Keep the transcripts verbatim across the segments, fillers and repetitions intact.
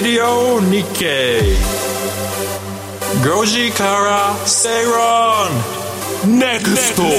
ディオ日経ごじから正論ネクスト。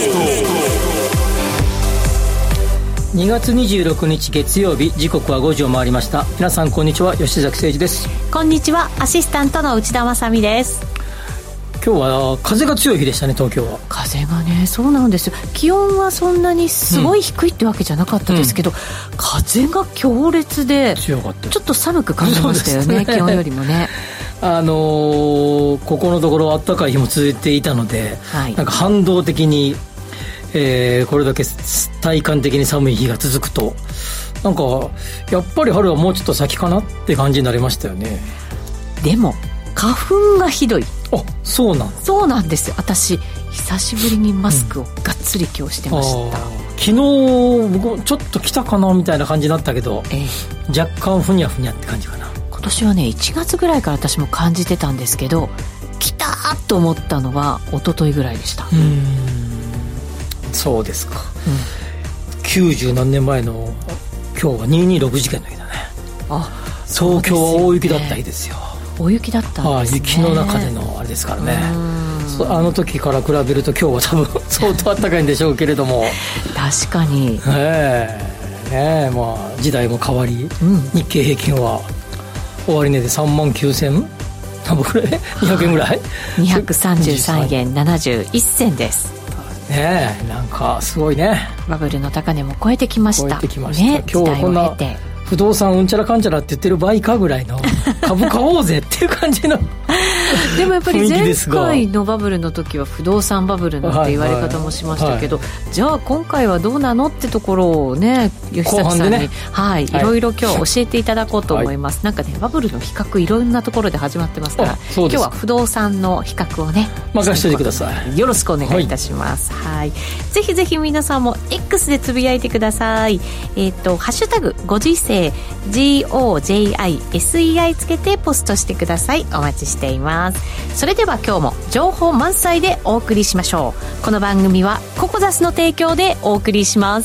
にがつにじゅうろくにち月曜日、時刻はごじを回りました。皆さんこんにちは、吉崎誠二です。 こんにちは、アシスタントの内田まさみです。 今日は風が強い日でしたね、東京は。 風がね、そうなんですよ。気温はそんなにすごい低いってわけじゃなかったですけど、うん、風が強烈で強かった。ちょっと寒く感じましたよ ね, ね気温よりもね。 あのー、ここのところ暖かい日も続いていたので、はい、なんか反動的に、えー、これだけ体感的に寒い日が続くと、なんかやっぱり春はもうちょっと先かなって感じになりましたよね。でも花粉がひどい。 あ、そうなんそうなんですよ。私久しぶりにマスクをがっつり今日してました、うん、 昨日僕ちょっと来たかなみたいな感じになったけど、えー、若干ふにゃふにゃって感じかな。 今年はねいちがつぐらいから私も感じてたんですけど、来たと思ったのは一昨日ぐらいでした。 うーん、そうですか、うん、きゅうじゅうなんねんまえの今日はにひゃくにじゅうろく事件の日だね。あ、東京は大雪だった日ですよ。 大雪だったんですね。 雪の中でのあれですからね。あの時から比べると今日は多分相当暖かいんでしょうけれども確かに、 えーえーまあ、時代も変わり、うん、日経平均は終値でさんまんきゅうせん何本ぐらいにひゃくえんぐらいにひゃくさんじゅうさんえんななじゅういっせんです。 ねえ、なんかすごいね。 バブルの高値も超えてきました。 超えてきました、ね、今日はこんな不動産うんちゃらかんちゃらって言ってる場合かぐらいの株買おうぜっていう感じのでもやっぱり前回のバブルの時は不動産バブルなんて言われ方もしましたけど、はいはいはい、じゃあ今回はどうなのってところをね、吉崎さんに、ね、はい、いろいろ今日教えていただこうと思います、はい、なんかねバブルの比較いろんなところで始まってますから、今日は不動産の比較をね任せてください。 よろしくお願いいたします、はいはい、ぜひぜひ皆さんも X でつぶやいてください。えーと、ハッシュタグご時世 ジーオージェイアイエスイーアイ つけてポストしてください。お待ちしています。それでは今日も情報満載でお送りしましょう。この番組はココザスの提供でお送りします。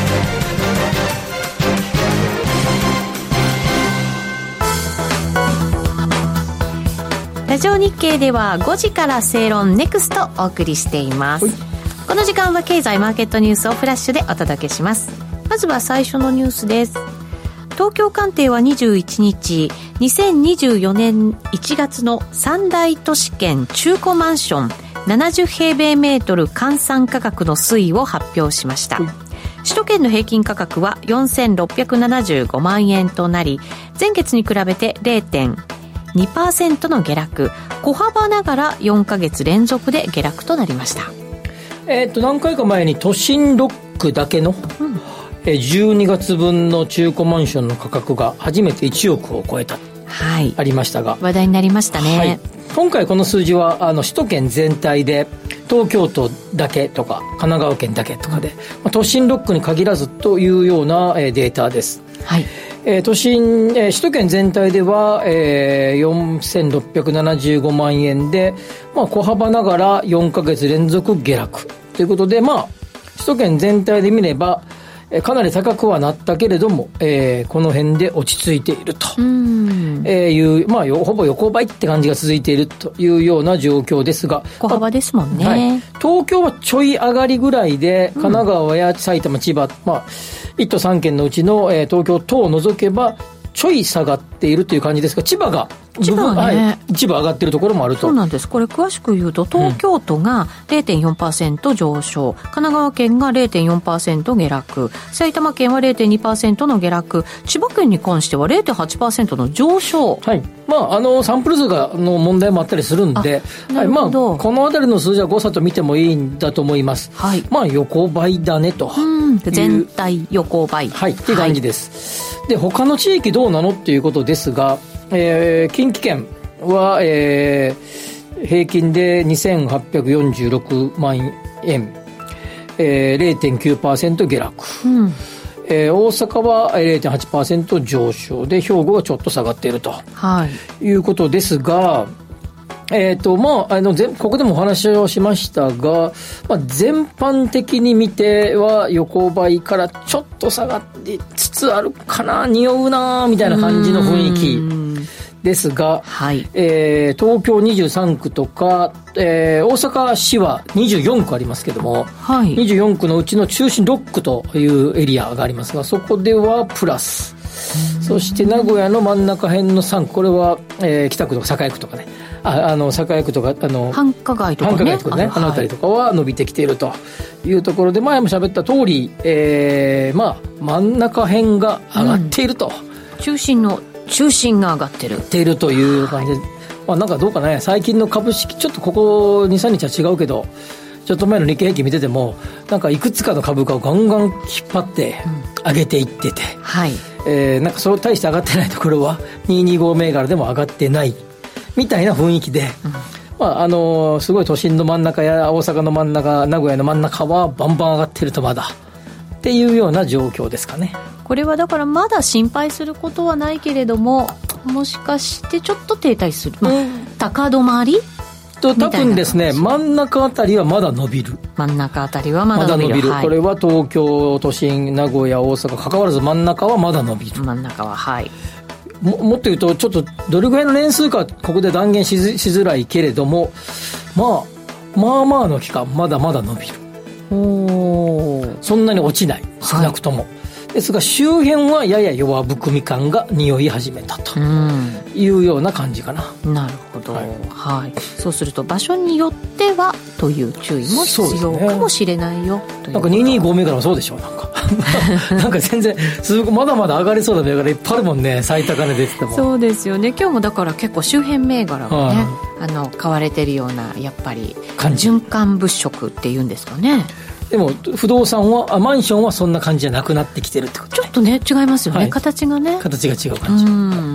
ラジオ日経ではごじから正論ネクストお送りしています。この時間は経済マーケットニュースをフラッシュでお届けします。まずは最初のニュースです。東京カンテイはにじゅういちにち、にせんにじゅうよねんいちがつの三大都市圏中古マンションななじゅうへいべいメートル換算価格の推移を発表しました。首都圏の平均価格はよんせんろっぴゃくななじゅうごまんえんとなり、前月に比べて れいてんにパーセント の下落、小幅ながらよんかげつ連続で下落となりました。 えー、っと何回か前に都心ろっくだけの、うんじゅうにがつぶんの中古マンションの価格が初めていちおくを超えた、はい、ありましたが話題になりましたね、はい、 今回この数字はあの首都圏全体で東京都だけとか神奈川県だけとかで、まあ、都心ろっくに限らずというような、えー、データです、はいえー、都心、えー、首都圏全体では、えー、よんせんろっぴゃくななじゅうごまんえんで、まあ、小幅ながらよんかげつ連続下落ということで、まあ、首都圏全体で見ればかなり高くはなったけれども、えー、この辺で落ち着いているとえー、いう、まあ、ほぼ横ばいって感じが続いているというような状況ですが、 小幅ですもんね、はい、 東京はちょい上がりぐらいで、神奈川や埼玉、千葉、まあ、いっ都さんけんのうちの、えー、東京等を除けばちょい下がっているという感じですが、千葉が千葉はね、はい、 一部上がっているところもあると。 そうなんです。これ詳しく言うと東京都が れいてんよんパーセント 上昇、うん、神奈川県が れいてんよんパーセント 下落、埼玉県は れいてんにパーセント の下落、千葉県に関しては れいてんはちパーセント の上昇。 はい、まあ、あのサンプル数がの問題もあったりするんで、はい、まあ、このあたりの数字は誤差と見てもいいんだと思います、はい、まあ横ばいだねとうん全体横ばい、 はい、っていう感じです、はい、で他の地域どうなのっていうことですが、えー、近畿圏は、えー、平均でにせんはっぴゃくよんじゅうろくまんえん、えー、れいてんきゅうパーセント 下落、うんえー、大阪は れいてんはちパーセント 上昇で、兵庫はちょっと下がっていると、はい、いうことですが、えーとまあ、あのここでもお話をしましたが、まあ、全般的に見ては横ばいからちょっと下がりつつあるかな、匂うなみたいな感じの雰囲気ですが、 はい、 えー、東京にじゅうさんくとか、えー、大阪市はにじゅうよんくありますけども、 はい、 にじゅうよんくのうちの中心ろっくというエリアがありますが、そこではプラス、そして名古屋の真ん中辺のさんく、これは、えー、北区とか栄区とかね、ああの栄区とかあの繁華街とかね、 繁華街とかね、あの辺りとかは伸びてきているというところで、前も喋った通り、えー、まあ真ん中辺が上がっていると、 うん、中心の中心が上がってるっているという感じで、はい、まあ、なんかどうかね、最近の株式ちょっとここ にさんにちは違うけど、ちょっと前の日経平均見ててもなんかいくつかの株価をガンガン引っ張って上げていってて、 うん、はい、 えー、なんかそれ大して上がってないところはにひゃくにじゅうご銘柄でも上がってないみたいな雰囲気で、うん、まああのー、すごい都心の真ん中や大阪の真ん中、名古屋の真ん中はバンバン上がってるとまだっていうような状況ですかね。 これはだからまだ心配することはないけれども、もしかしてちょっと停滞する、まあ、うん、高止まりと多分ですね、真ん中あたりはまだ伸びる、 真ん中あたりはまだ伸びる、 まだ伸びる、 はい、 これは東京都心、名古屋、大阪関わらず真ん中はまだ伸びる、 真ん中は、はい、 も, もっと言うとちょっとどれぐらいの年数かここで断言し づ, しづらいけれども、まあまあまあの期間まだまだ伸びる、おそんなに落ちない、少なくとも、はい、ですが周辺はやや弱含み感が匂い始めたというような感じかな。 なるほど、はいはい、そうすると場所によってはという注意も必要かもしれないよ、ね、 なんかにひゃくにじゅうご銘柄もそうでしょう、なんかなんか全然すごくまだまだ上がりそうな銘柄いっぱいあるもんね、最高値出てても。 そうですよね。今日もだから結構周辺銘柄がね、あの買われてるようなやっぱり循環物色っていうんですかね。 でも不動産はマンションはそんな感じじゃなくなってきてるってこと、ね、 ちょっとね違いますよね、はい、形がね形が違う感じ、 うん、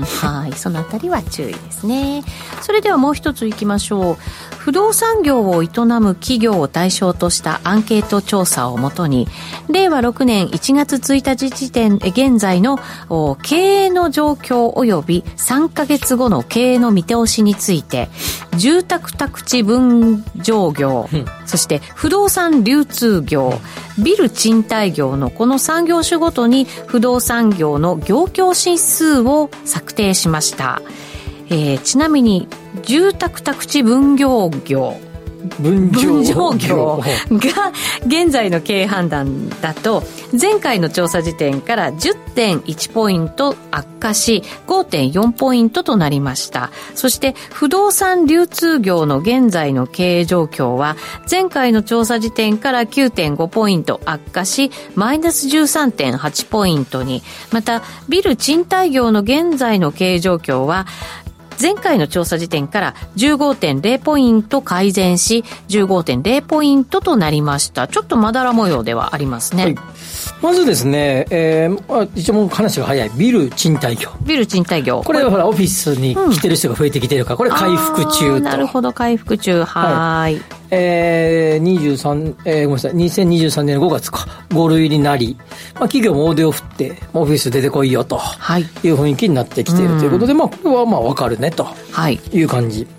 はい、そのあたりは注意ですね。それではもう一ついきましょう。不動産業を営む企業を対象としたアンケート調査をもとに、れいわろくねんいちがつついたち時点現在の経営の状況及びさんかげつごの経営の見通しについて、住宅宅地分譲業、うん、そして不動産流通業、ビル賃貸業のこのさん業種ごとに不動産業の業況指数を策定しました。えー、ちなみに住宅宅地分譲業分譲業が現在の経営判断だと前回の調査時点から じゅってんいち ポイント悪化し ごてんよん ポイントとなりました。そして不動産流通業の現在の経営状況は前回の調査時点から きゅうてんご ポイント悪化しマイナス じゅうさんてんはち ポイントに、またビル賃貸業の現在の経営状況は前回の調査時点から じゅうごてんゼロ ポイント改善し じゅうごてんゼロ ポイントとなりました。ちょっとまだら模様ではありますね、はい、 まずですね、えー、一応話が早いビル賃貸業ビル賃貸業これはほらオフィスに来てる人が増えてきてるから、うん、これ回復中と。 なるほど、回復中、はい、はい、 えー、にじゅうさん、えー、ごめんなさいにせんにじゅうさんねんのごがつかご類になり、まあ、企業も大手を振ってオフィス出てこいよという雰囲気になってきているということで、まあ、これはまあ分かるねという感じ、はい、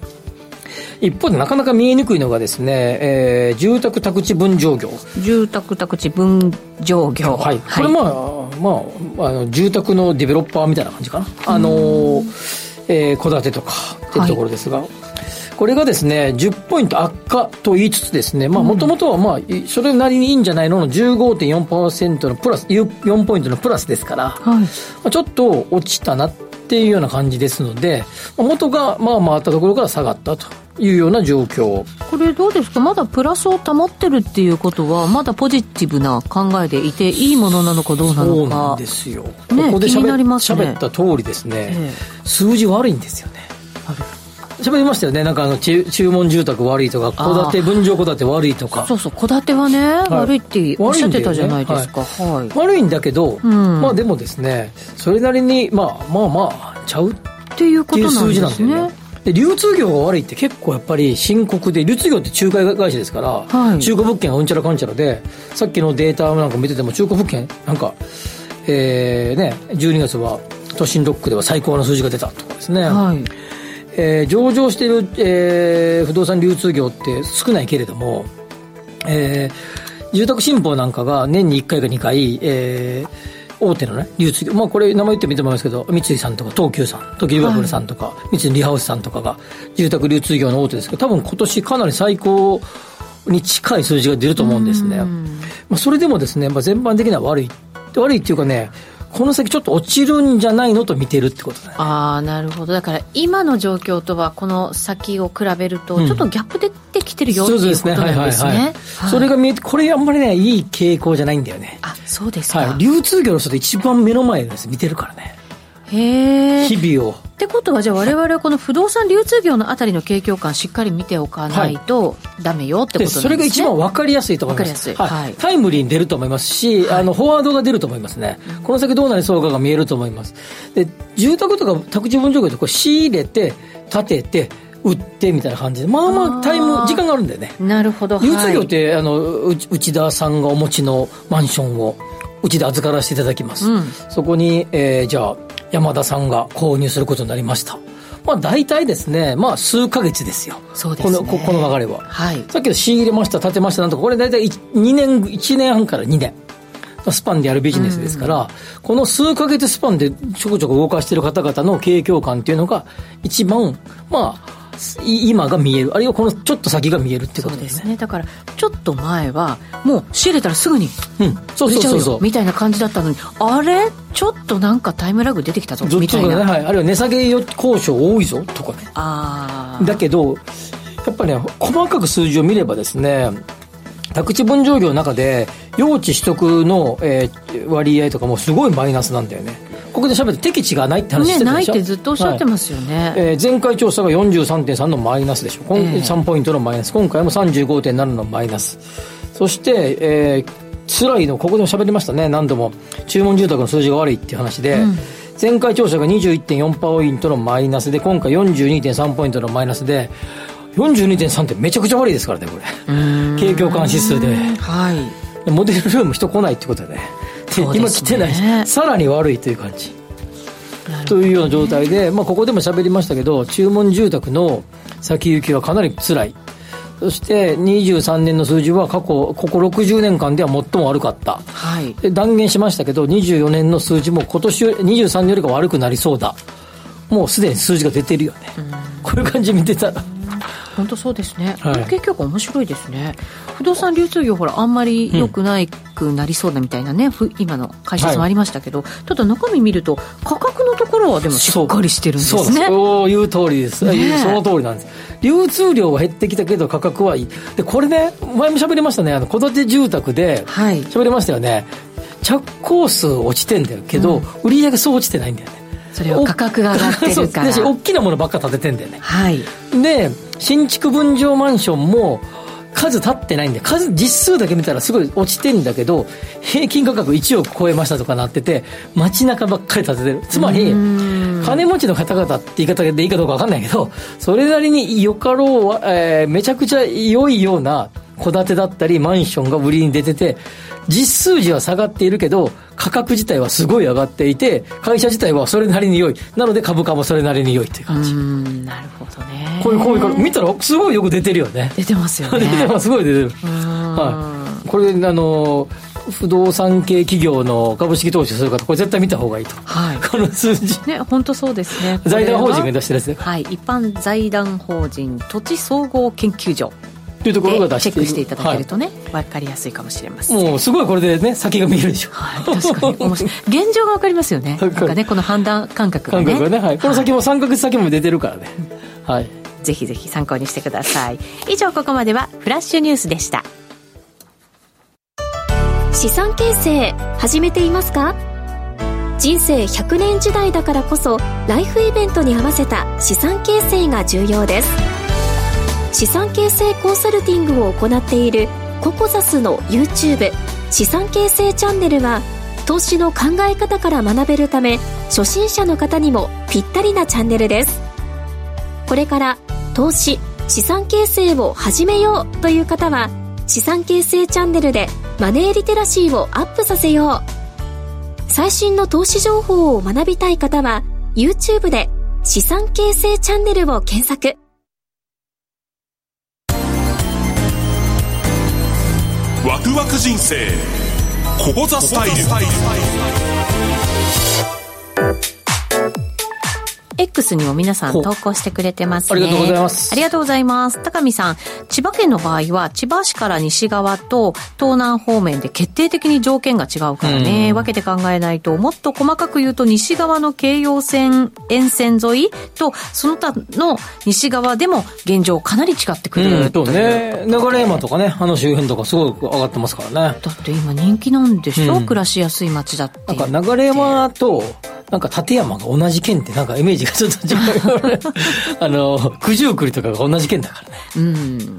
一方でなかなか見えにくいのがですね、えー、住宅宅地分譲業住宅宅地分譲業、 はい、これまあ、まあ、あの住宅のディベロッパーみたいな感じかな、あのーえー、戸建てとかっていうところですが、はい、これがですねじゅっポイント悪化と言いつつですね、もともとはまあそれなりにいいんじゃないのの じゅうごてんよんパーセント のプラスよんポイントのプラスですから、はい、ちょっと落ちたなっていうような感じですので、元がまあ回ったところから下がったというような状況。 これどうですか、まだプラスを保ってるっていうことはまだポジティブな考えでいていいものなのかどうなのか。 そうなんですよ、 ね、 ここでしゃべ、ね、った通りですね、 ええ、数字悪いんですよね。ある喋りましたよね、なんかあの注文住宅悪いとか戸建て分譲戸建て悪いとか。 そうそう、戸建てはね、はい、悪いっておっしゃってたじゃないですか、 はいはい、 悪いんだけど、うん、まあでもですねそれなりにまあまあまあちゃうっていう数字なんだよね。で流通業が悪いって結構やっぱり深刻で、流通業って仲介会社ですから、はい、中古物件がうんちゃらかんちゃらで、さっきのデータなんか見てても中古物件なんか、えーね、じゅうにがつは都心ロックでは最高の数字が出たとかですね、はい、えー、上場している、えー、不動産流通業って少ないけれども、えー、住宅新報なんかが年にいっかいかにかい、えー大手のね流通業、まあこれ名前言ってみてもらいますけど、三井さんとか東急さん、時リバブルさんとか、はい、三井リハウスさんとかが住宅流通業の大手ですけど、多分今年かなり最高に近い数字が出ると思うんですね。まあ、それでもですね、まあ、全般的には悪い悪いっていうかね、この先ちょっと落ちるんじゃないのと見てるってことだね。 ああ、なるほど。だから今の状況とはこの先を比べるとちょっとギャップ出てきてるよ、うん、っていうことなんですね。 それが見えて、これあんまりねいい傾向じゃないんだよね。 あ、そうですか。 はい、流通業の人で一番目の前です見てるからね。 へえ。 日々を。 ってことはじゃあ我々はこの不動産流通業のあたりの景況感しっかり見ておかないとダメよってことなんですね。 それが一番分かりやすいと思います。 分かりやすい、はいはい、 タイムリーに出ると思いますし、はい、あのフォワードが出ると思いますね、うん、この先どうなりそうかが見えると思います。で、住宅とか宅地分譲業ってこう仕入れて建てて売ってみたいな感じで、まあまあタイム時間があるんだよね。 なるほど。 流通業って、はい、あの内田さんがお持ちのマンションをうちで預からせていただきます、うん、そこに、えー、じゃあ山田さんが購入することになりました。まあ大体ですね、まあ数ヶ月ですよ。 そうですね。 この、この流れは。 はい。 さっきの仕入れました、建てましたなんとか、これ大体にねん、いちねんはんからにねんスパンでやるビジネスですから、うん、この数ヶ月スパンでちょこちょこ動かしている方々の景況感っていうのが一番、まあ、今が見える、あるいはこのちょっと先が見えるってことですね。 そうですね。だからちょっと前はもう仕入れたらすぐに売れちゃうよ、うん、そうそうそうそうみたいな感じだったのに、あれちょっとなんかタイムラグ出てきたぞみたいな、 ね、はい、あるいは値下げ交渉多いぞとかね。 あだけどやっぱりね、細かく数字を見ればですね、宅地分譲業の中で用地取得の、えー、割合とかもすごいマイナスなんだよね。ここで喋って適地がないって話してたでしょ、 ね、ないってずっとおっしゃってますよね、はい、 えー、前回調査が よんじゅうさんてんさん のマイナスでしょ、えー、さんポイントのマイナス、今回も さんじゅうごてんなな のマイナス。そして、えー、辛いのここでも喋りましたね、何度も注文住宅の数字が悪いっていう話で、うん、前回調査が にじゅういってんよん ポイントのマイナスで、今回 よんじゅうにてんさん ポイントのマイナスで、よんじゅうにてんさん ってめちゃくちゃ悪いですからね、これ景況感指数で、 はい、 モデルルーム人来ないってことでね、でね、今来てないし、さらに悪いという感じというような状態で、まあ、ここでも喋りましたけど、注文住宅の先行きはかなり辛い。そしてにじゅうさんねんの数字は過去こころくじゅうねんかんでは最も悪かった、 はい、 で断言しましたけど、にじゅうよねんの数字も今年にじゅうさんねんよりか悪くなりそうだ、もうすでに数字が出てるよね、こういう感じ見てたら本当そうですね、はい、結局面白いですね。不動産流通業ほらあんまり良くないくなりそうだみたいなね、うん、今の解説もありましたけど、はい、ただ中身見ると価格のところはでもしっかりしてるんですね。 そうそういう通りです、ね、その通りなんです。流通量は減ってきたけど価格はいい。でこれね、前も喋りましたね、あの戸建て住宅で喋りましたよね、はい、着工数落ちてんだよけど、うん、売り上げそう落ちてないんだよね。 それは価格が上がってるからそう大きなものばっか建ててんだよね、 はい、 で新築分譲マンションも数立ってないんで、数実数だけ見たらすごい落ちてんだけど、平均価格いちおく超えましたとかなってて、街中ばっかり建ててる。つまり金持ちの方々って言い方でいいかどうか分かんないけど、それなりによかろう、えー、めちゃくちゃ良いような戸建てだったりマンションが売りに出てて、実数字は下がっているけど価格自体はすごい上がっていて、会社自体はそれなりに良い、なので株価もそれなりに良いっていう感じ。 うーん、なるほどね。 こういうこういうから見たらすごいよく出てるよね。 出てますよね。 出てます、すごい出てる。はい、これあの不動産系企業の株式投資する方、これ絶対見た方がいいと、はい、この数字ね、本当そうですね。 財団法人が出してるやつね、 はい、一般財団法人土地総合研究所というところが出してチェックしていただけるとね、はい、分かりやすいかもしれません。 もうすごいこれでね、先が見えるでしょ、 はい、確かに面白い現状が分かりますよね。なんかね、この判断感覚がね、 感覚がね、はい、この先もさんかげつ先も出てるからね、はい、 ぜひぜひ参考にしてください。以上、ここまではフラッシュニュースでした。 資産形成始めていますか？人生ひゃくねん時代だからこそ、ライフイベントに合わせた資産形成が重要です。資産形成コンサルティングを行っているココザスの YouTube 資産形成チャンネルは、投資の考え方から学べるため、初心者の方にもぴったりなチャンネルです。これから投資、資産形成を始めようという方は、資産形成チャンネルでマネーリテラシーをアップさせよう。最新の投資情報を学びたい方は YouTube で資産形成チャンネルを検索。 ワクワク人生ココザスタイル。 X にも皆さん投稿してくれてますね。 ありがとうございます。 ありがとうございます。高見さん、千葉県の場合は千葉市から西側と東南方面で決定的に条件が違うからね、分けて考えないと、もっと細かく言うと西側の京葉線沿線沿いとその他の西側でも現状かなり違ってくる、 うん、とね、流山とかね、あの周辺とかすごく上がってますからね。 だって今人気なんでしょ、うん、暮らしやすい街だって。 なんか流山となんか立山が同じ県ってなんかイメージがちょっと違うあの九十九里とかが同じ県だからね。 うん、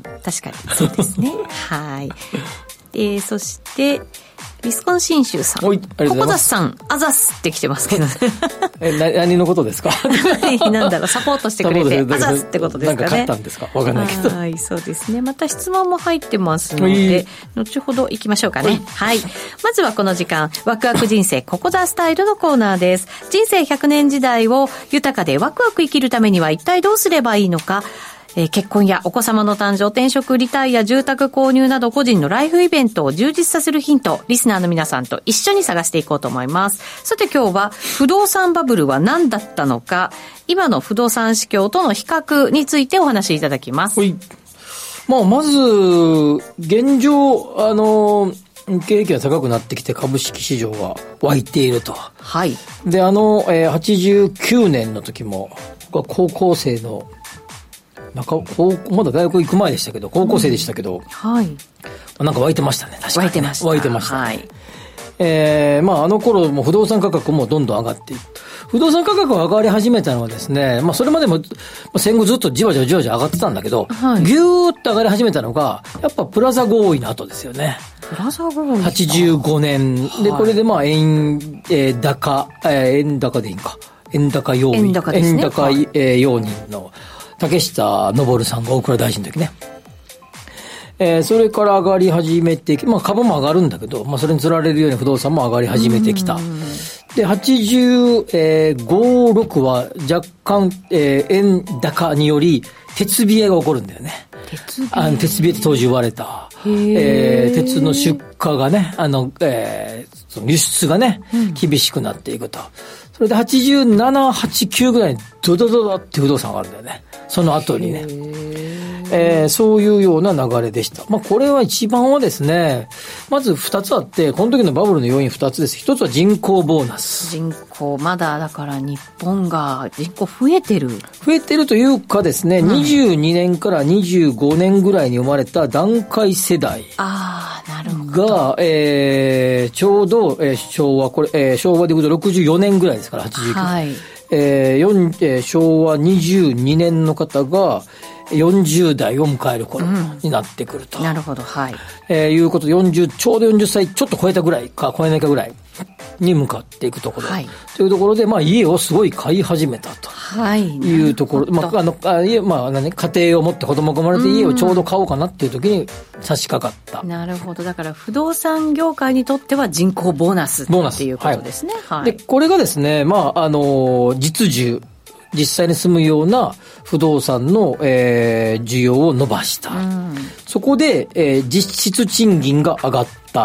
確かにそうですねはい。えー、そしてウィスコンシン州さん、 おい、ありがとうございます。 ココザスさん、あざっすって来てますけどねえ、な、何のことですかなんだろう、サポートしてくれてあざっすってことですかね。 なんか買ったんですか、わかんないけど。 はい、そうですね。また質問も入ってますので後ほど行きましょうかね。はい、まずはこの時間、ワクワク人生ココザスタイルのコーナーです。人生ひゃくねん時代を豊かでワクワク生きるためには一体どうすればいいのか、えー、結婚やお子様の誕生、転職、リタイア、住宅購入など個人のライフイベントを充実させるヒント、リスナーの皆さんと一緒に探していこうと思います。さて今日は不動産バブルは何だったのか、今の不動産市況との比較についてお話しいただきます。 はい。まあ、まず現状、あの景気が高くなってきて株式市場が湧いていると。 はい。 で、あの、えー、はちじゅうきゅうねんの時も高校生のなんかまだ大学行く前でしたけど、高校生でしたけど、うん、 はい、 なんか湧いてましたね。確かに、ね、 湧いてました。 湧いてました、ね。 はい。 えー、まああの頃も不動産価格もどんどん上がっていく。不動産価格が上がり始めたのはですね、まあそれまでも戦後ずっとじわじわじわじわ上がってたんだけど、はい、ぎゅーっと上がり始めたのがやっぱプラザ合意の後ですよね。 プラザ合意。 はちじゅうごねんで、これでまあ円、えー、高、えー、円高でいいんか。円高要因。 円高ですね。 円高、えー、要人の竹下登さんが大蔵大臣の時ね。えー、それから上がり始めて、まあ株も上がるんだけど、まあそれに釣られるように不動産も上がり始めてきた。で、はちじゅうご、ろくは若干、えー、円高により、鉄冷えが起こるんだよね。 鉄冷えあの鉄冷えって当時言われた。えー、鉄の出荷がね、あの、えー、その輸出がね、うん、厳しくなっていくと。それではちじゅうなな、はち、きゅうぐらいにドドドドって不動産があるんだよね。その後にね。えー、そういうような流れでした。まあこれは一番はですね、まず二つあって、この時のバブルの要因二つです。一つは人口ボーナス。 人口、まだだから日本が人口増えてる。 増えてるというかですね、うん、にじゅうにねんからにじゅうごねんぐらいに生まれた団塊世代。 ああ、なるほど。 が、えー、ちょうど、えー、昭和、これ、えー、昭和でいうとろくじゅうよねんぐらいですから、はちじゅうきゅう。はい。えー、よんえー、昭和にじゅうにねんの方が、よんじゅう代を迎える頃になってくると、 うん、なるほど、はい、 えー、いうことでよんじゅうちょうどよんじゅっさいちょっと超えたぐらいか超えないかぐらいに向かっていくところ、はい、というところで、まあ、家をすごい買い始めたというところ、はい、まああのあ家まあ、何家庭を持って子供が生まれて家をちょうど買おうかなっていう時に差し掛かった、 うん、なるほど。だから不動産業界にとっては人口ボーナスっていうことですね、 はいはい、でこれがですね、まああの実需実際に住むような不動産の、えー、需要を伸ばした。うん、そこで、えー、実質賃金が上がった。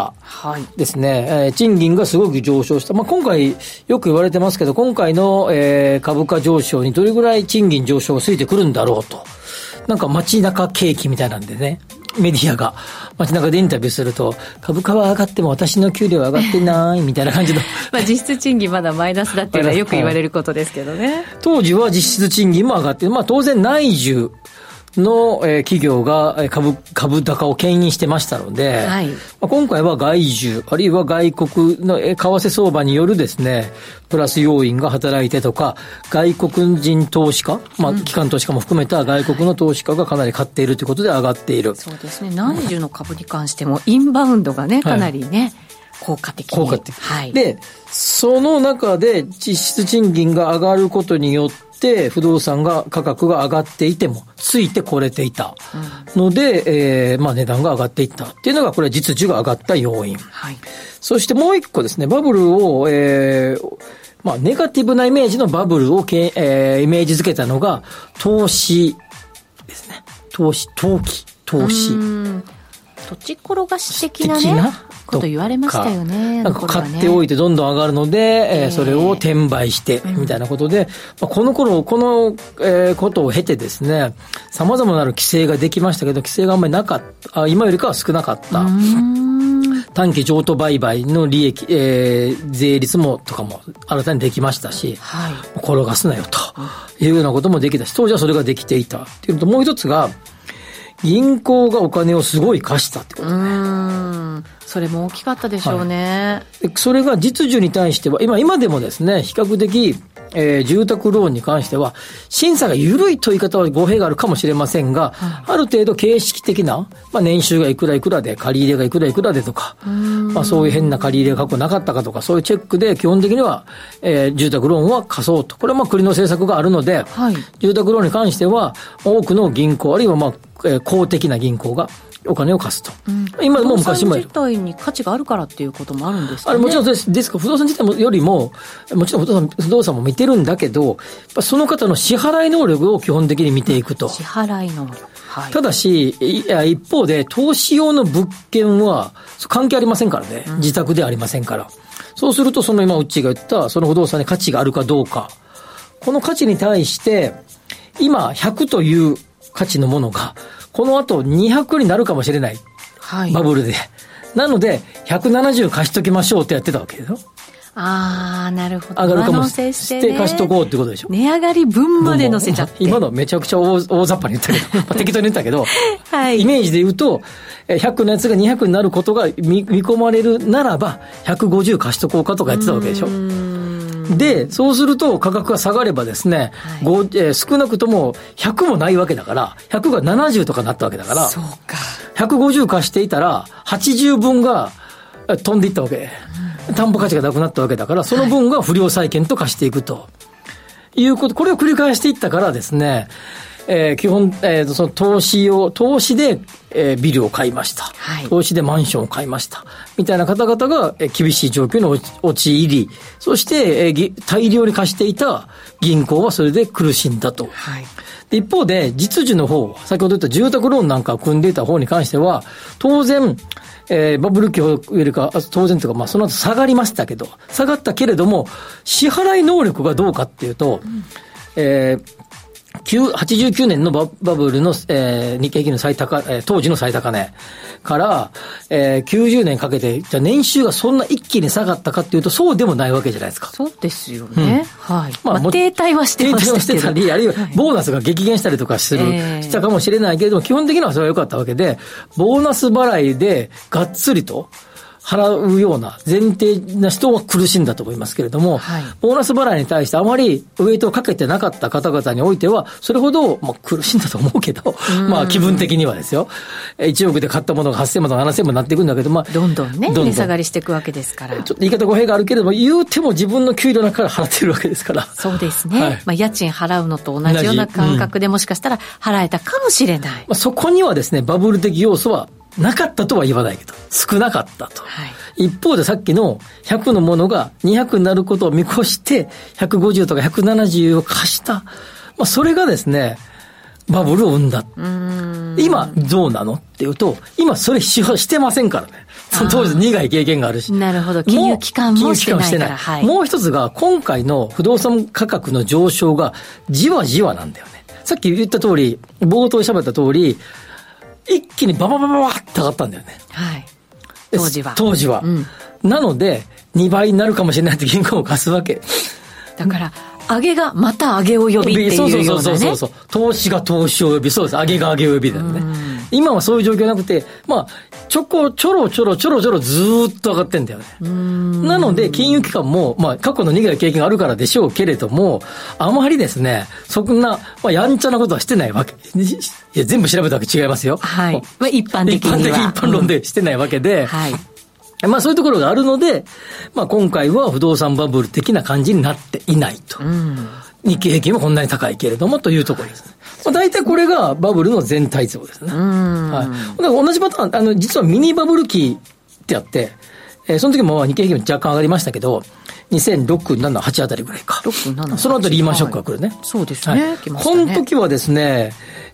はい。ですね。えー、賃金がすごく上昇した。まあ、今回よく言われてますけど、今回の、えー、株価上昇にどれぐらい賃金上昇がついてくるんだろうと。なんか街中景気みたいなんでね。メディアが街中でインタビューすると株価は上がっても私の給料は上がってないみたいな感じのまあ実質賃金まだマイナスだっていうのはよく言われることですけどね。 当時は実質賃金も上がって、まあ当然内需の、えー、企業が株、株高を牽引してましたので、はい、まあ、今回は外需、あるいは外国の、えー、為替相場によるですね、プラス要因が働いてとか、外国人投資家、まあ、機関投資家も含めた外国の投資家がかなり買っているということで上がっている。 そうですね。内需の株に関しても、インバウンドがね、かなりね、はい、効果的に。 効果的。はい。で、その中で実質賃金が上がることによって、で不動産が価格が上がっていてもついてこれていたので、うん、えー、まあ値段が上がっていったっていうのがこれは実需が上がった要因、はい、そしてもう一個ですねバブルを、えー、まあネガティブなイメージのバブルをけ、えー、イメージづけたのが投資ですね。投資投機投資土地転がし的なねこと言われましたよね。 なんか買っておいてどんどん上がるので、えー、それを転売してみたいなことで、うん、まあ、この頃この、えー、ことを経てですね、様々なる規制ができましたけど、規制があんまりなかった、あ、今よりかは少なかった。うーん、短期譲渡売買の利益、えー、税率もとかも新たにできましたし、はい、転がすなよというようなこともできたし、当時はそれができていたっていうのと、もう一つが銀行がお金をすごい貸したってことね。うーん、それも大きかったでしょうね。 はい、それが実需に対しては今今でもですね、比較的、えー、住宅ローンに関しては審査が緩いという言い方は語弊があるかもしれませんが、はい、ある程度形式的な、まあ、年収がいくらいくらで借り入れがいくらいくらでとか、まあ、そういう変な借り入れが過去なかったかとか、そういうチェックで基本的には、えー、住宅ローンは貸そうと。これはまあ国の政策があるので、はい、住宅ローンに関しては多くの銀行あるいはまあ、えー、公的な銀行がお金を貸すと、うん、今も昔もやる。 不動産自体に価値があるからっていうこともあるんですかね。 あれもちろんですですが、不動産自体もよりももちろん不動産、不動産も見てるんだけど、その方の支払い能力を基本的に見ていくと。 支払い能力、はい、 ただし一方で投資用の物件は関係ありませんからね、うん、自宅ではありませんから。そうするとその今うちが言ったその不動産に価値があるかどうか、この価値に対して今ひゃくという価値のものがこの後にひゃくになるかもしれない、はい、バブルで。なのでひゃくななじゅう貸しときましょうってやってたわけですよ。 ああ、なるほど。 上がるかもしれない、ね、貸しとこうってことでしょ。 値上がり分まで乗せちゃって。 今のめちゃくちゃ 大, 大雑把に言ったけど、まあ、適当に言ったけど、はい、イメージで言うとひゃくのやつがにひゃくになることが 見, 見込まれるならばひゃくごじゅう貸しとこうかとかやってたわけでしょ。で、そうすると価格が下がればですね、はい、ごえー、少なくともひゃくもないわけだから、ひゃくがななじゅうとかなったわけだから、 そうか、 ひゃくごじゅう貸していたらはちじゅうぶんが飛んでいったわけ、うん、担保価値がなくなったわけだから、その分が不良債権と貸していくということ、これを繰り返していったからですね、えー、基本、えー、その投資を投資で、えー、ビルを買いました、はい、投資でマンションを買いましたみたいな方々が、えー、厳しい状況に陥り、そして、えー、大量に貸していた銀行はそれで苦しんだと、はい、で一方で実需の方、先ほど言った住宅ローンなんかを組んでいた方に関しては当然、えー、バブル期よりか当然というか、まあ、その後下がりましたけど、下がったけれども支払い能力がどうかっていうと、うん、えーはちじゅうきゅうねんの バ, バブルの、えー、日経平均の最高、えー、当時の最高値から、えー、きゅうじゅうねんかけて、じゃあ年収がそんな一気に下がったかっていうとそうでもないわけじゃないですか。 そうですよね。うん、はい。まあ、まあ、停滞はしてましたけど。停滞はしてたり、あるいはボーナスが激減したりとかする、はい、したかもしれないけれども、基本的にはそれは良かったわけで、ボーナス払いでがっつりと払うような前提な人は苦しんだと思いますけれども、はい、ボーナス払いに対してあまりウェイトをかけてなかった方々においてはそれほど、まあ、苦しんだと思うけど、まあ気分的にはですよ、いちおくで買ったものがはっせんまんとかななせんまんになっていくんだけど、まあどんどんねどんどん値下がりしていくわけですから、ちょっと言い方語弊があるけれども、言うても自分の給料の中から払ってるわけですから。 そうですね、はい、まあ、家賃払うのと同じような感覚でもしかしたら払えたかもしれない、 まあ、そこにはですねバブル的要素はなかったとは言わないけど少なかったと、はい、一方でさっきのひゃくのものがにひゃくになることを見越してひゃくごじゅうとかひゃくななじゅうを貸した、まあ、それがですねバブルを生んだ。うーん、今どうなのっていうと今それししてませんからね。その当時苦い経験があるし。 なるほど、金融機関もしてないから。金融機関もしてない、はい、 もう一つが今回の不動産価格の上昇がじわじわなんだよね。さっき言った通り冒頭で喋った通り一気にバババババッと上がったんだよね。 はい。当時は。 当時は。うん、なので、にばいになるかもしれないって銀行を貸すわけ。 だから、上げがまた上げを呼びっていうようなね。そうそうそうそう。 投資が投資を呼び、そうです。上げが上げを呼びだよね。今はそういう状況なくて、まあ、ちょこちょろちょろちょろちょろずーっと上がってんだよね。なので、金融機関も、まあ、過去の苦い経験があるからでしょうけれども、あまりですね、そんな、まあ、やんちゃなことはしてないわけ。いや、全部調べたわけ違いますよ。 はい。まあ、一般的には。 一般的、一般論でしてないわけで、うん、はい。まあそういうところがあるので、まあ今回は不動産バブル的な感じになっていないと。うん、日経平均はこんなに高いけれどもというところですね。まあ、大体これがバブルの全体像ですね。うん、はい。だから同じパターン、あの、実はミニバブル期ってあって、えー、その時も日経平均若干上がりましたけど、にせんろく、なな、はちあたりぐらいか。 ろく、なな、 その後リーマンショックが来るね。 はい、そうですね。 はい、来ましたね。この時はですね、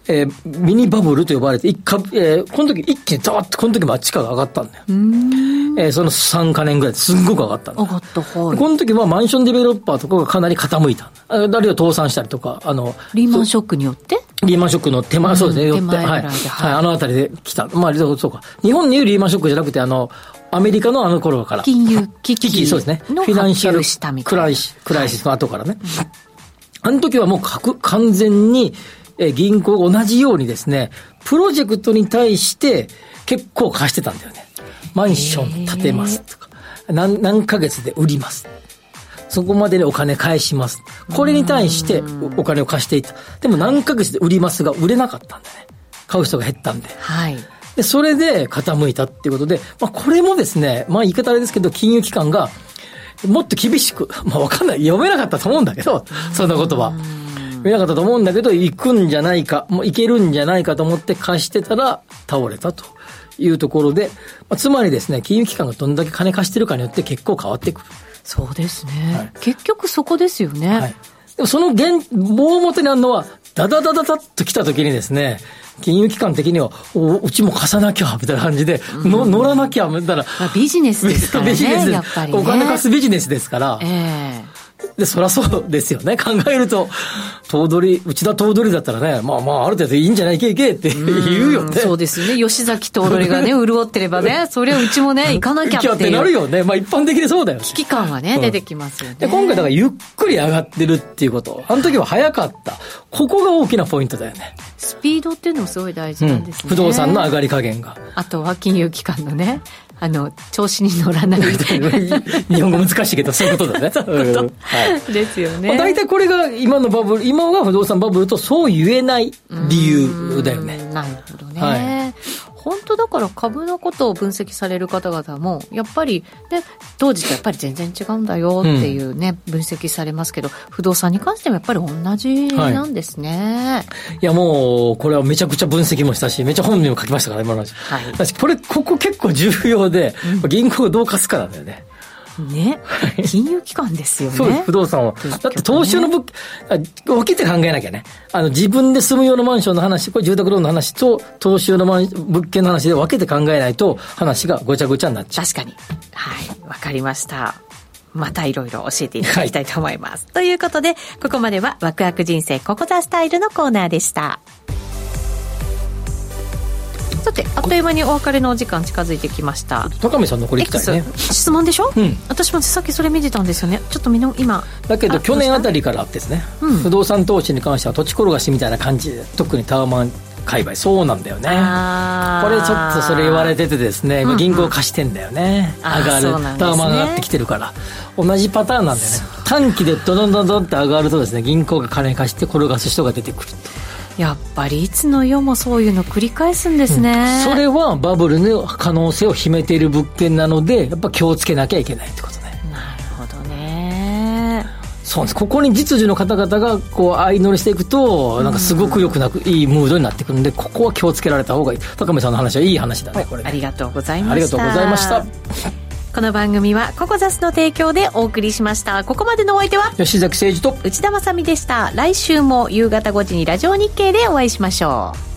えー、ミニバブルと呼ばれて、一か、えー、この時一気にザーッとこの時も地価が上がったんだよ。うーん、えー、そのさんかねんぐらいですんごく上がったんだ。 上がった、はい。 この時はマンションデベロッパーとかがかなり傾いた。あるいは倒産したりとか、あの、 リーマンショックによってリーマンショックの手前、うん、そうですね、よって、はい、はい、はい、あのあたりで来た。まあ、そうか。日本に言うリーマンショックじゃなくて、あの、アメリカのあの頃から。 金融危機。 危機、そうですね。フィナンシャルクライシス、クライシスの後からね。はい、あの時はもう完全に、えー、銀行が同じようにですね、プロジェクトに対して結構貸してたんだよね。マンション建てますとか、何、何ヶ月で売ります。そこまででお金返します。これに対してお金を貸していた。でも何ヶ月で売りますが売れなかったんだね。買う人が減ったんで。 はい。 で、それで傾いたっていうことで、まあこれもですね、まあ言い方あれですけど、金融機関がもっと厳しく、まあわかんない。読めなかったと思うんだけど、そんなことは。見なかったと思うんだけど、行くんじゃないか、もう行けるんじゃないかと思って貸してたら倒れたというところで、まあ、つまりですね、金融機関がどんだけ金貸してるかによって結構変わってくる。 そうですね。はい、結局そこですよね。はい。 でもその原、大元にあるのは、ダダダダダッと来た時にですね、金融機関的には、おうちも貸さなきゃ、みたいな感じで、うん、の乗らなきゃ、みたいな。 まあ、ビジネスですからね。ビジネスやっぱりね。 お金貸すビジネスですから。 ええーで、そりゃそうですよね。考えると、頭取、内田頭取だったらね、まあまあ、ある程度いいんじゃないけいけって言うよね。 そうですね。吉崎頭取がね、潤ってればね、それはうちもね、行かなきゃっていう。 ってなるよね。まあ一般的にそうだよね。 危機感はね、うん、出てきますよね。 で、今回だからゆっくり上がってるっていうこと。あの時は早かった。ここが大きなポイントだよね。 スピードっていうのもすごい大事なんですね。うん、 不動産の上がり加減が。 あとは金融機関のね、あの調子に乗らない日本語難しいけどそういうことだね。そういうこと、 はい、ですよね。 まあ、大体これが今のバブル、今が不動産バブルとそう言えない理由だよね。 なるほどね。はい、本当だから株のことを分析される方々もやっぱり、ね、当時とやっぱり全然違うんだよっていうね、うん、分析されますけど、不動産に関してもやっぱり同じなんですね。 はい、いやもうこれはめちゃくちゃ分析もしたし、めっちゃ本にも書きましたから今の話。はい、私これここ結構重要で、うん、銀行がどう貸すかなんだよね。 ね、金融機関ですよね。 そうです、不動産を。だって投資用の物件、分けて考えなきゃね。あの、自分で住む用のマンションの話、これ住宅ローンの話と、投資用のマン物件の話で分けて考えないと、話がごちゃごちゃになっちゃう。 確かに。はい、わかりました。またいろいろ教えていただきたいと思います。はい、ということで、ここまではワクワク人生ココザスタイルのコーナーでした。さて、あっという間にお別れのお時間近づいてきました。 高見さんのこれ聞きたいね。 質問でしょ、うん、私もさっきそれ見てたんですよね。ちょっとみんな今だけど去年あたりからですね、うん、不動産投資に関しては土地転がしみたいな感じで、特にタワマン界隈そうなんだよね。これちょっとそれ言われててですね、今銀行貸してんだよね、うんうん、上がる、ね、タワマン上がってきてるから同じパターンなんだよね。短期でドドンドンドンって上がるとですね、銀行が金貸して転がす人が出てくると。 やっぱりいつの世もそういうの繰り返すんですね、 うん、それはバブルの可能性を秘めている物件なので、やっぱ気をつけなきゃいけないってことね。 なるほどね。 そうです。ここに実需の方々がこう相乗りしていくと、なんかすごく良くなく、うん、いいムードになってくるんで、ここは気をつけられた方がいい。高見さんの話はいい話だね、これね。 ありがとうございました。 ありがとうございました。 この番組はココザスの提供でお送りしました。ここまでのお相手は吉崎誠二と内田まさみでした。来週も夕方ごじにラジオ日経でお会いしましょう。